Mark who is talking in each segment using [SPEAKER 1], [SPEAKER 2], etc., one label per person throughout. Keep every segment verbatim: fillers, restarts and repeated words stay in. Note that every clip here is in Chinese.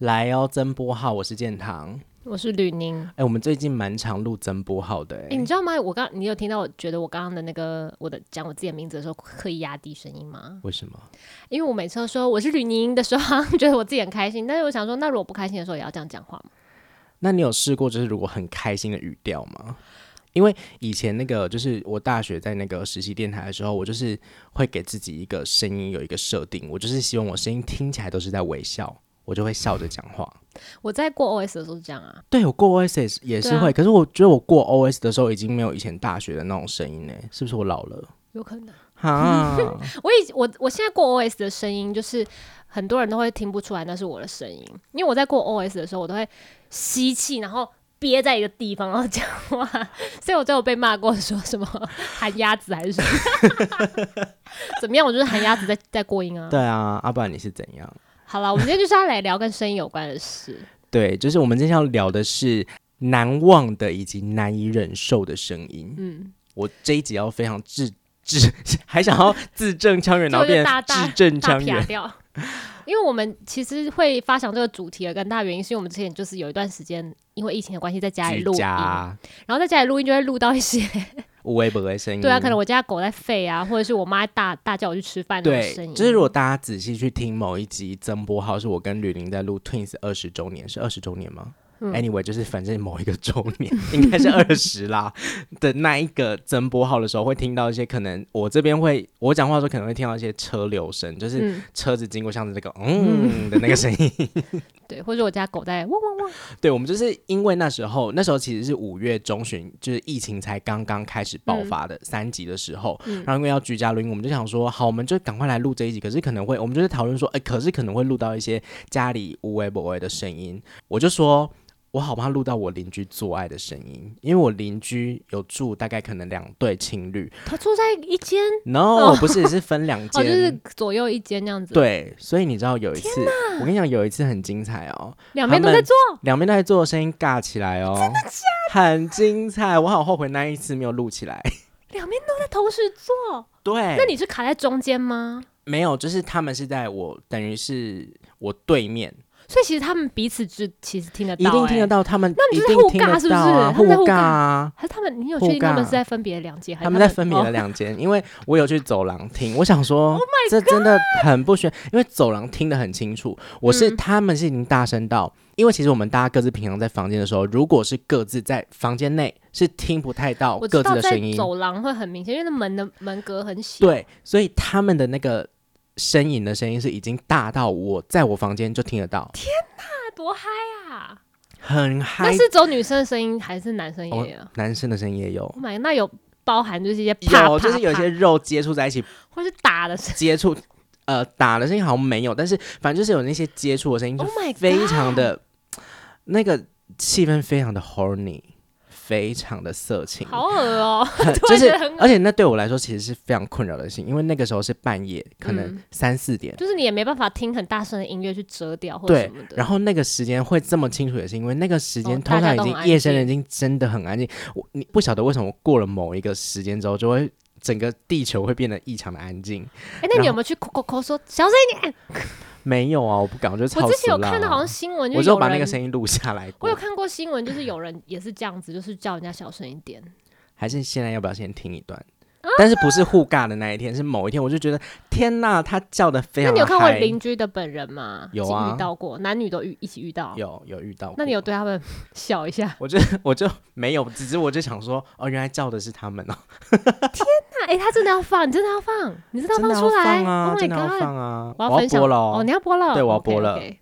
[SPEAKER 1] 来哦，曾波浩，我是建堂，
[SPEAKER 2] 我是吕宁。
[SPEAKER 1] 哎、欸，我们最近蛮常录曾波浩的、欸，哎、
[SPEAKER 2] 欸，你知道吗？我刚你有听到我觉得我刚刚的那个我的讲我自己的名字的时候刻意压低声音吗？
[SPEAKER 1] 为什么？
[SPEAKER 2] 因为我每次都说我是吕宁的时候，觉得我自己很开心，但是我想说，那如果不开心的时候也要这样讲话吗？
[SPEAKER 1] 那你有试过就是如果很开心的语调吗？因为以前那个就是我大学在那个实习电台的时候，我就是会给自己一个声音有一个设定，我就是希望我声音听起来都是在微笑，我就会笑着讲话。
[SPEAKER 2] 我在过 O S 的时候是这样啊，
[SPEAKER 1] 对，我过 O S 也是会、啊，可是我觉得我过 O S 的时候已经没有以前大学的那种声音呢，是不是我老了？
[SPEAKER 2] 有可能。
[SPEAKER 1] 啊，
[SPEAKER 2] 我以我我现在过 O S 的声音，就是很多人都会听不出来那是我的声音，因为我在过 O S 的时候，我都会吸气，然后憋在一个地方然后讲话，所以我就有被骂过说什么寒鸭子还是什么怎么样，我就是寒鸭子在在过音啊。
[SPEAKER 1] 对啊，要、啊、不然你是怎样？
[SPEAKER 2] 好啦，我们今天就是要来聊跟声音有关的事。
[SPEAKER 1] 对，就是我们今天要聊的是难忘的以及难以忍受的声音。嗯，我这一集要非常字字，还想要字正腔圆，然后变成字正腔圆。
[SPEAKER 2] 因为我们其实会发想这个主题的更大原因，是因为我们之前就是有一段时间因为疫情的关系在家里录音，然后在家里录音就会录到一些
[SPEAKER 1] 无微不微声音。
[SPEAKER 2] 对啊，可能我家狗在吠啊，或者是我妈大大叫我去吃饭那种声音。
[SPEAKER 1] 对，就是如果大家仔细去听某一集曾波浩，是我跟吕玲在录 Twins 二十周年，是二十周年吗？嗯、anyway， 就是反正某一个周年应该是二十啦的那一个曾波浩的时候，会听到一些可能我这边会我讲话的时候可能会听到一些车流声，就是车子经过像是那个嗯的那个声音，
[SPEAKER 2] 对，或者我家狗在汪汪汪。
[SPEAKER 1] 对，我们就是因为那时候那时候其实是五月中旬，就是疫情才刚刚开始爆发的、嗯、三级的时候，嗯、然后因为要居家录音，我们就想说好，我们就赶快来录这一集。可是可能会我们就在讨论说，哎、欸，可是可能会录到一些家里无微不微的声音，我就说。我好怕录到我邻居做爱的声音，因为我邻居有住大概可能两对情侣，
[SPEAKER 2] 他住在一间
[SPEAKER 1] ，no，、哦、不是是分两间、
[SPEAKER 2] 哦，就是左右一间这样子。
[SPEAKER 1] 对，所以你知道有一次，我跟你讲，有一次很精彩哦，
[SPEAKER 2] 两边都在做，
[SPEAKER 1] 两边都在做的声音尬起来哦，
[SPEAKER 2] 真的假的？
[SPEAKER 1] 很精彩，我好后悔那一次没有录起来。
[SPEAKER 2] 两边都在同时做，
[SPEAKER 1] 对，
[SPEAKER 2] 那你是卡在中间吗？
[SPEAKER 1] 没有，就是他们是在我等于是我对面。
[SPEAKER 2] 所以其实他们彼此之其实听得到、欸，
[SPEAKER 1] 一定听得到，他们
[SPEAKER 2] 那你就是互尬是不是？
[SPEAKER 1] 互尬啊，
[SPEAKER 2] 还是他们？你有确定他们是在分别的两间？
[SPEAKER 1] 他们在分别的两间，因为我有去走廊听，我想说，
[SPEAKER 2] oh
[SPEAKER 1] 这真的很不悬，因为走廊听得很清楚。我是、嗯、他们是已经大声到，因为其实我们大家各自平常在房间的时候，如果是各自在房间内，是听不太到各自的声音。
[SPEAKER 2] 走廊会很明显，因为那门的门隔很小。
[SPEAKER 1] 对，所以他们的那个呻吟的声音是已经大到我在我房间就听得到。
[SPEAKER 2] 天哪！多嗨啊！
[SPEAKER 1] 很嗨。
[SPEAKER 2] 那是只有女生的声音还是男生也有？哦、
[SPEAKER 1] 男生的声音也有。
[SPEAKER 2] Oh my， 那有包含就是一些啪啪啪，
[SPEAKER 1] 有就是有一些肉接触在一起，
[SPEAKER 2] 或是打的声音。
[SPEAKER 1] 接触，呃，打的声音好像没有，但是反正就是有那些接触的声音，就非常的、oh、那个气氛非常的 horny。非常的色情，
[SPEAKER 2] 好恶哦、喔！
[SPEAKER 1] 就是而且那对我来说其实是非常困扰的事情，因为那个时候是半夜，可能三四点、
[SPEAKER 2] 嗯，就是你也没办法听很大声的音乐去遮掉或者什么的。
[SPEAKER 1] 对，然后那个时间会这么清楚，也是因为那个时间、哦、通常已经夜深人静，真的很安静。我你不晓得为什么过了某一个时间之后，就会整个地球会变得异常的安静。
[SPEAKER 2] 哎、欸，那你有没有去口口口说小声一点？
[SPEAKER 1] 没有啊，我不敢，我就吵死了。
[SPEAKER 2] 我之前有看到好像新闻，就
[SPEAKER 1] 我就把那个声音录下来过。
[SPEAKER 2] 我有看过新闻，就是有人也是这样子，就是叫人家小声一点。
[SPEAKER 1] 还是现在要不要先听一段？啊、但是不是互尬的那一天，是某一天，我就觉得天哪，他叫的非常的嗨。那你有看过
[SPEAKER 2] 邻居的本人吗？
[SPEAKER 1] 有啊，
[SPEAKER 2] 遇到过，男女都遇一起遇到。
[SPEAKER 1] 有有遇到过。
[SPEAKER 2] 那你有对他们笑一下？
[SPEAKER 1] 我就我就没有，只是我就想说，哦，原来叫的是他们哦。
[SPEAKER 2] 天哪，哎、欸，他真的要放，你真的要放，你真的要放出来？
[SPEAKER 1] 真的要放啊
[SPEAKER 2] ！Oh my god，
[SPEAKER 1] 真的要放啊！
[SPEAKER 2] 我要分享
[SPEAKER 1] 我要播了哦，
[SPEAKER 2] 哦，你要播了？
[SPEAKER 1] 对，我要播了。
[SPEAKER 2] Okay, okay.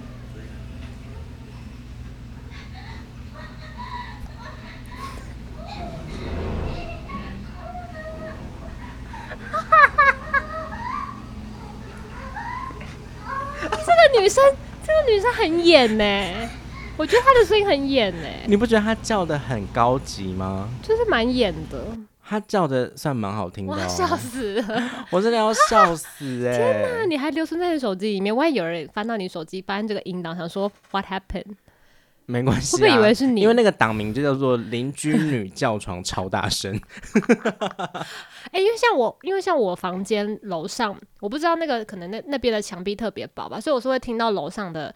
[SPEAKER 2] 这个女生，这个女生很演呢，我觉得她的声音很演呢。
[SPEAKER 1] 你不觉得她叫的很高级吗？
[SPEAKER 2] 就是蛮演的。
[SPEAKER 1] 她叫的算蛮好听的、哦，
[SPEAKER 2] 我要笑死了，
[SPEAKER 1] 我真的要笑死哎、欸！
[SPEAKER 2] 天哪，你还留存在你手机里面？万一有人翻到你手机，发现这个音档，想说 What happened？
[SPEAKER 1] 没关系、啊，
[SPEAKER 2] 会不会以为是你？
[SPEAKER 1] 因为那个档名就叫做“邻居女叫床超大声”。
[SPEAKER 2] 哎、欸，因为像我，因为像我房间楼上，我不知道那个可能那那边的墙壁特别薄吧，所以我是会听到楼上的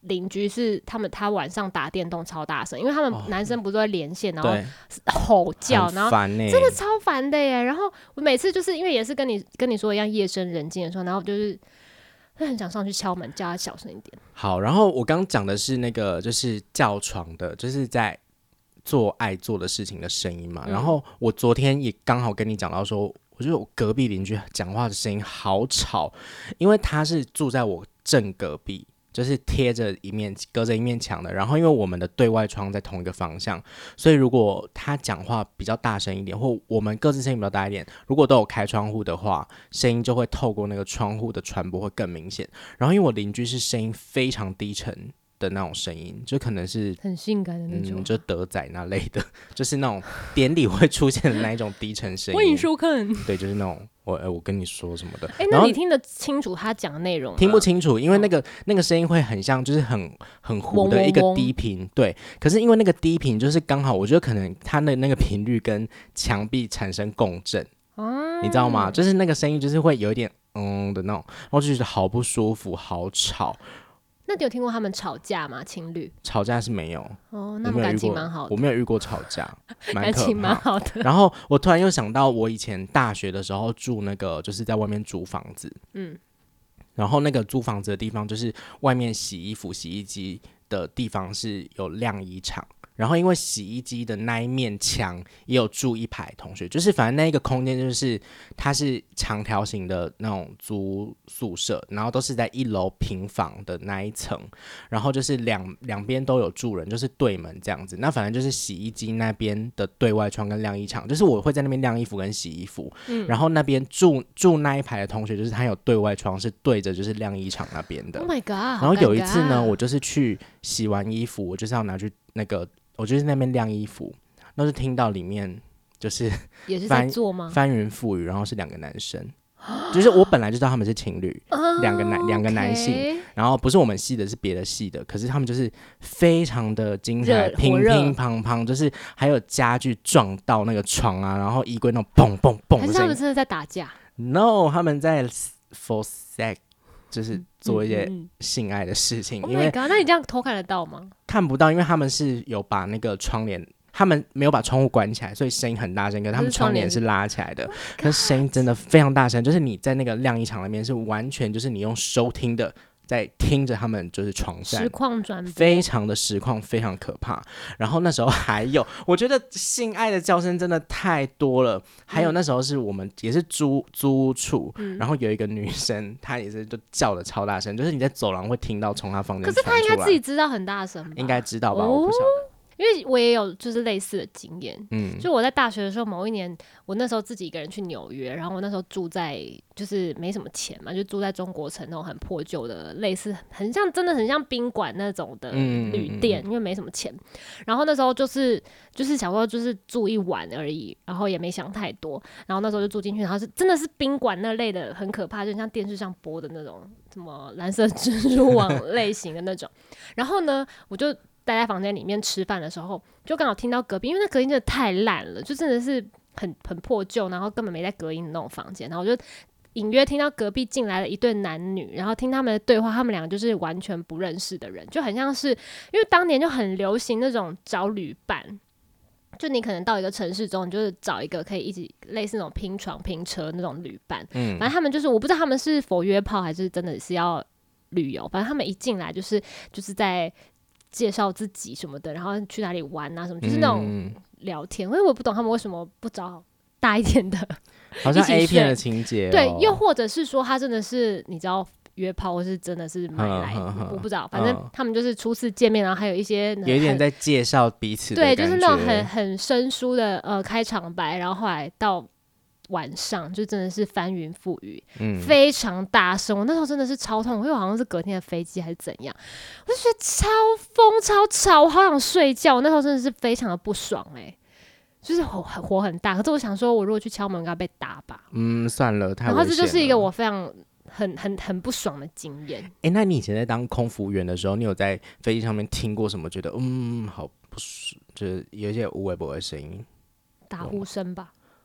[SPEAKER 2] 邻居是他们，他晚上打电动超大声，因为他们男生不是会连线，然后
[SPEAKER 1] 对
[SPEAKER 2] 吼叫，然后
[SPEAKER 1] 欸
[SPEAKER 2] 真的超烦的耶。然后我每次就是因为也是跟你跟你说一样，夜深人静的时候，然后就是会很想上去敲门，叫他小声一点。
[SPEAKER 1] 好，然后我刚讲的是那个就是叫床的，就是在做爱做的事情的声音嘛。嗯、然后我昨天也刚好跟你讲到说，我觉得我隔壁邻居讲话的声音好吵，因为他是住在我正隔壁。就是贴着一面隔着一面墙的，然后因为我们的对外窗在同一个方向，所以如果他讲话比较大声一点，或我们各自声音比较大一点，如果都有开窗户的话，声音就会透过那个窗户的传播会更明显。然后因为我邻居是声音非常低沉的那种声音，就可能是
[SPEAKER 2] 很性感的那种、
[SPEAKER 1] 嗯，就德仔那类的，就是那种典礼会出现的那一种低沉声音。
[SPEAKER 2] 欢迎收看，
[SPEAKER 1] 对，就是那种我我跟你说什么的。
[SPEAKER 2] 哎、欸，那你听得清楚他讲的内容吗？
[SPEAKER 1] 听不清楚，因为那个、哦、那个声音会很像，就是很很糊的一个低频。对，可是因为那个低频就是刚好，我觉得可能它的那个频率跟墙壁产生共振，嗯、你知道吗？就是那个声音就是会有一点嗯的那种，然后就觉得好不舒服，好吵。
[SPEAKER 2] 那你有听过他们吵架吗？情侣
[SPEAKER 1] 吵架是没有
[SPEAKER 2] 哦，那么感情蛮好的。
[SPEAKER 1] 我没有遇过吵架，
[SPEAKER 2] 感情蛮好的。
[SPEAKER 1] 然后我突然又想到，我以前大学的时候住那个，就是在外面租房子，嗯，然后那个租房子的地方，就是外面洗衣服、洗衣机的地方是有晾衣场。然后因为洗衣机的那一面墙也有住一排同学，就是反正那一个空间就是它是长条形的那种租宿舍，然后都是在一楼平房的那一层，然后就是两两边都有住人，就是对门这样子。那反正就是洗衣机那边的对外窗跟晾衣场，就是我会在那边晾衣服跟洗衣服，嗯、然后那边住住那一排的同学，就是他有对外窗是对着就是晾衣场那边的。
[SPEAKER 2] Oh my god！
[SPEAKER 1] 然后有一次呢，我就是去洗完衣服，我就是要拿去那个。我就是那边晾衣服，那就听到里面就是
[SPEAKER 2] 也是在做吗？
[SPEAKER 1] 翻云覆雨，然后是两个男生，就是我本来就知道他们是情侣，两、oh, 个男两个男性， okay. 然后不是我们系的，是别的系的，可是他们就是非常的精彩，乒乒乓乓，就是还有家具撞到那个床啊，然后衣柜那种嘣嘣嘣的声音。
[SPEAKER 2] 还是他们真的在打架
[SPEAKER 1] ？No， 他们在 for sex。就是做一些性爱的事情，
[SPEAKER 2] 嗯嗯嗯、
[SPEAKER 1] 因为
[SPEAKER 2] Oh my god， 那你这样偷看得到吗？
[SPEAKER 1] 看不到，因为他们是有把那个窗帘，他们没有把窗户关起来，所以声音很大声。可是他们窗帘是拉起来的，可是声音真的非常大声，就是你在那个晾衣场那边是完全就是你用收听的。在听着他们就是床战，
[SPEAKER 2] 实况转播，
[SPEAKER 1] 非常的实况，非常可怕。然后那时候还有，我觉得性爱的叫声真的太多了。还有那时候是我们也是租租屋处、嗯，然后有一个女生，她也是就叫的超大声，就是你在走廊会听到从她房间传出来。
[SPEAKER 2] 可是她应该自己知道很大声吧？
[SPEAKER 1] 应该知道吧？
[SPEAKER 2] 哦、
[SPEAKER 1] 我不晓得。
[SPEAKER 2] 因为我也有就是类似的经验，
[SPEAKER 1] 嗯，
[SPEAKER 2] 就我在大学的时候，某一年我那时候自己一个人去纽约，然后我那时候住在就是没什么钱嘛，就住在中国城那种很破旧的，类似很像真的很像宾馆那种的旅店，嗯、因为没什么钱。然后那时候就是就是想说就是住一晚而已，然后也没想太多，然后那时候就住进去，然后是真的是宾馆那类的，很可怕，就像电视上播的那种什么蓝色蜘蛛网类型的那种。然后呢，我就待在房间里面吃饭的时候，就刚好听到隔壁，因为那隔音真的太烂了，就真的是很很破旧，然后根本没在隔音的那种房间。然后我就隐约听到隔壁进来了一对男女，然后听他们的对话，他们两个就是完全不认识的人，就很像是因为当年就很流行那种找旅伴，就你可能到一个城市中，你就是找一个可以一起类似那种拼床拼车那种旅伴。嗯，反正他们就是我不知道他们是否约炮还是真的是要旅游，反正他们一进来就是就是在介绍自己什么的，然后去哪里玩啊什么，就是那种聊天。因为我不懂他们为什么不找大一点的，
[SPEAKER 1] 好像 A 片的情节、哦。
[SPEAKER 2] 对，又或者是说他真的是你知道约炮，或是真的是买来，呵呵呵我不知道。反正他们就是初次见面，然后还有一些
[SPEAKER 1] 有一点在介绍彼此的
[SPEAKER 2] 感觉，对，就是那种很很生疏的呃开场白，然后后来到晚上就真的是翻云覆雨、嗯，非常大声。我那时候真的是超痛，因为我好像是隔天的飞机还是怎样，我就觉得超疯超吵，我好想睡觉。我那时候真的是非常的不爽哎、欸，就是火火很大。可是我想说，我如果去敲门，应该被打吧？
[SPEAKER 1] 嗯，算了，太危险了。
[SPEAKER 2] 然后这就是一个我非常很很很不爽的经验。
[SPEAKER 1] 哎、欸，那你以前在当空服员的时候，你有在飞机上面听过什么？觉得嗯好不爽，就是有一些无微不微的声音，
[SPEAKER 2] 打呼声吧。
[SPEAKER 1] 哎、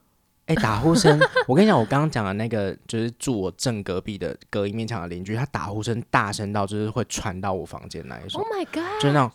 [SPEAKER 1] 哎、欸，打呼声，我跟你讲，我刚刚讲的那个就是住我正隔壁的隔一面墙的邻居，他打呼声大声到就是会传到我房间那一种。
[SPEAKER 2] Oh my god！
[SPEAKER 1] 就是那种，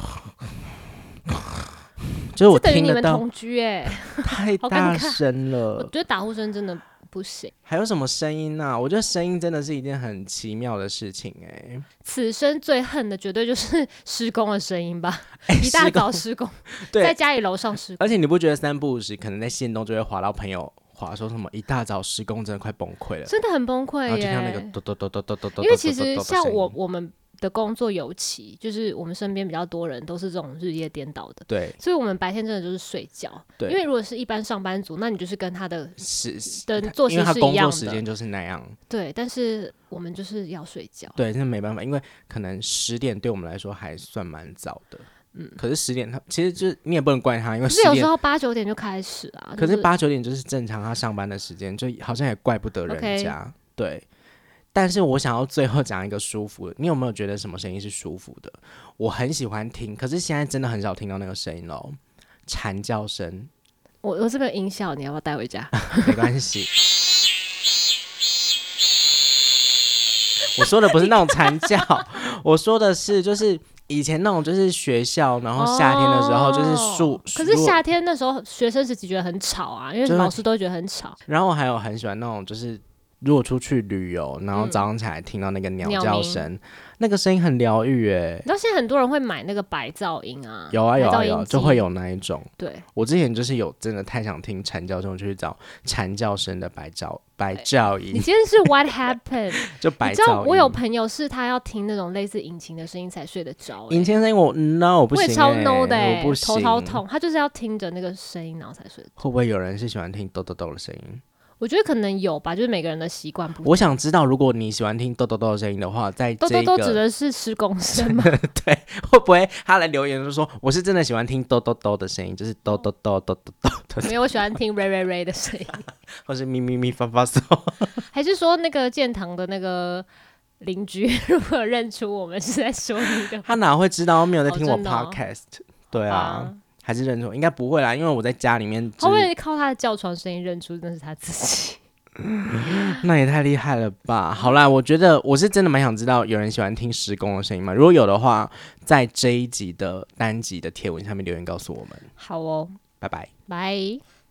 [SPEAKER 1] 就是我听得到。
[SPEAKER 2] 这等于你们同居哎、欸，
[SPEAKER 1] 太大声了。
[SPEAKER 2] 我觉得打呼声真的不行。
[SPEAKER 1] 还有什么声音啊？我觉得声音真的是一件很奇妙的事情哎、欸。
[SPEAKER 2] 此生最恨的绝对就是施工的声音吧，
[SPEAKER 1] 欸、
[SPEAKER 2] 一大早施工，在家里楼上施工。
[SPEAKER 1] 而且你不觉得三不五时可能在线动就会滑到朋友滑说什么一大早施工真的快崩溃了，
[SPEAKER 2] 真的很崩溃耶。然后
[SPEAKER 1] 就像那个咚咚咚咚咚咚咚，
[SPEAKER 2] 因为其实像我我们的工作尤其就是我们身边比较多人都是这种日夜颠倒的，
[SPEAKER 1] 对，
[SPEAKER 2] 所以我们白天真的就是睡觉。对，因为如果是一般上班族，那你就是跟他的
[SPEAKER 1] 是
[SPEAKER 2] 的作息是一样的，
[SPEAKER 1] 因为他工作时间就是那样。
[SPEAKER 2] 对，但是我们就是要睡觉。
[SPEAKER 1] 对，真的没办法，因为可能十点对我们来说还算蛮早的。嗯，可是十点他其实就是你也不能怪他，因为十点
[SPEAKER 2] 可是有时候八九点就开始啊。
[SPEAKER 1] 可是八九点就是正常他上班的时间，就好像也怪不得人家。Okay. 对，但是我想要最后讲一个舒服的，你有没有觉得什么声音是舒服的？我很喜欢听，可是现在真的很少听到那个声音咯，蝉叫声。
[SPEAKER 2] 我我这个音效你要不要带回家？
[SPEAKER 1] 没关系。我说的不是那种蝉叫，我说的是就是以前那种就是学校，然后夏天的时候就是树、哦，
[SPEAKER 2] 可是夏天那时候学生时期觉得很吵啊，因为老师都觉得很吵。
[SPEAKER 1] 然后我还有很喜欢那种就是如果出去旅游，然后早上起来听到那个鸟叫声、嗯，那个声音很疗愈哎。
[SPEAKER 2] 你知道现在很多人会买那个白噪音啊？
[SPEAKER 1] 有啊有啊有，就会有那一种。
[SPEAKER 2] 对，
[SPEAKER 1] 我之前就是有真的太想听蝉叫声，就去找蝉叫声的白噪白噪音。
[SPEAKER 2] 你今天是 What happened？
[SPEAKER 1] 就白噪音。
[SPEAKER 2] 你知道我有朋友是他要听那种类似引擎的声音才睡得着、欸。
[SPEAKER 1] 引擎声音我 no 不行、欸，
[SPEAKER 2] 我也超 no 的、
[SPEAKER 1] 欸，我不行，
[SPEAKER 2] 头超痛。他就是要听着那个声音然后才睡得着。
[SPEAKER 1] 会不会有人是喜欢听哆哆哆的声音？
[SPEAKER 2] 我觉得可能有吧，就是每个人的习惯不同。
[SPEAKER 1] 我想知道，如果你喜欢听哆哆哆的声音的话，在这个
[SPEAKER 2] 哆哆哆指的是施工声吗？
[SPEAKER 1] 对，会不会他来留言就说我是真的喜欢听哆哆哆的声音，就是哆哆哆哆哆哆。
[SPEAKER 2] 没有，我喜欢听 ray ray ray 的声音，
[SPEAKER 1] 或是咪咪咪发发嗦。
[SPEAKER 2] 还是说那个建堂的那个邻居如果认出我们是在说你的，
[SPEAKER 1] 他哪会知道没有在听我 podcast？、哦、对啊。啊还是认出？应该不会啦，因为我在家里面、就是。
[SPEAKER 2] 他会靠他的叫床声音认出那是他自己。
[SPEAKER 1] 那也太厉害了吧！好啦，我觉得我是真的蛮想知道有人喜欢听施工的声音吗？如果有的话，在这一集的单集的贴文下面留言告诉我们。
[SPEAKER 2] 好哦，
[SPEAKER 1] 拜拜，
[SPEAKER 2] 拜。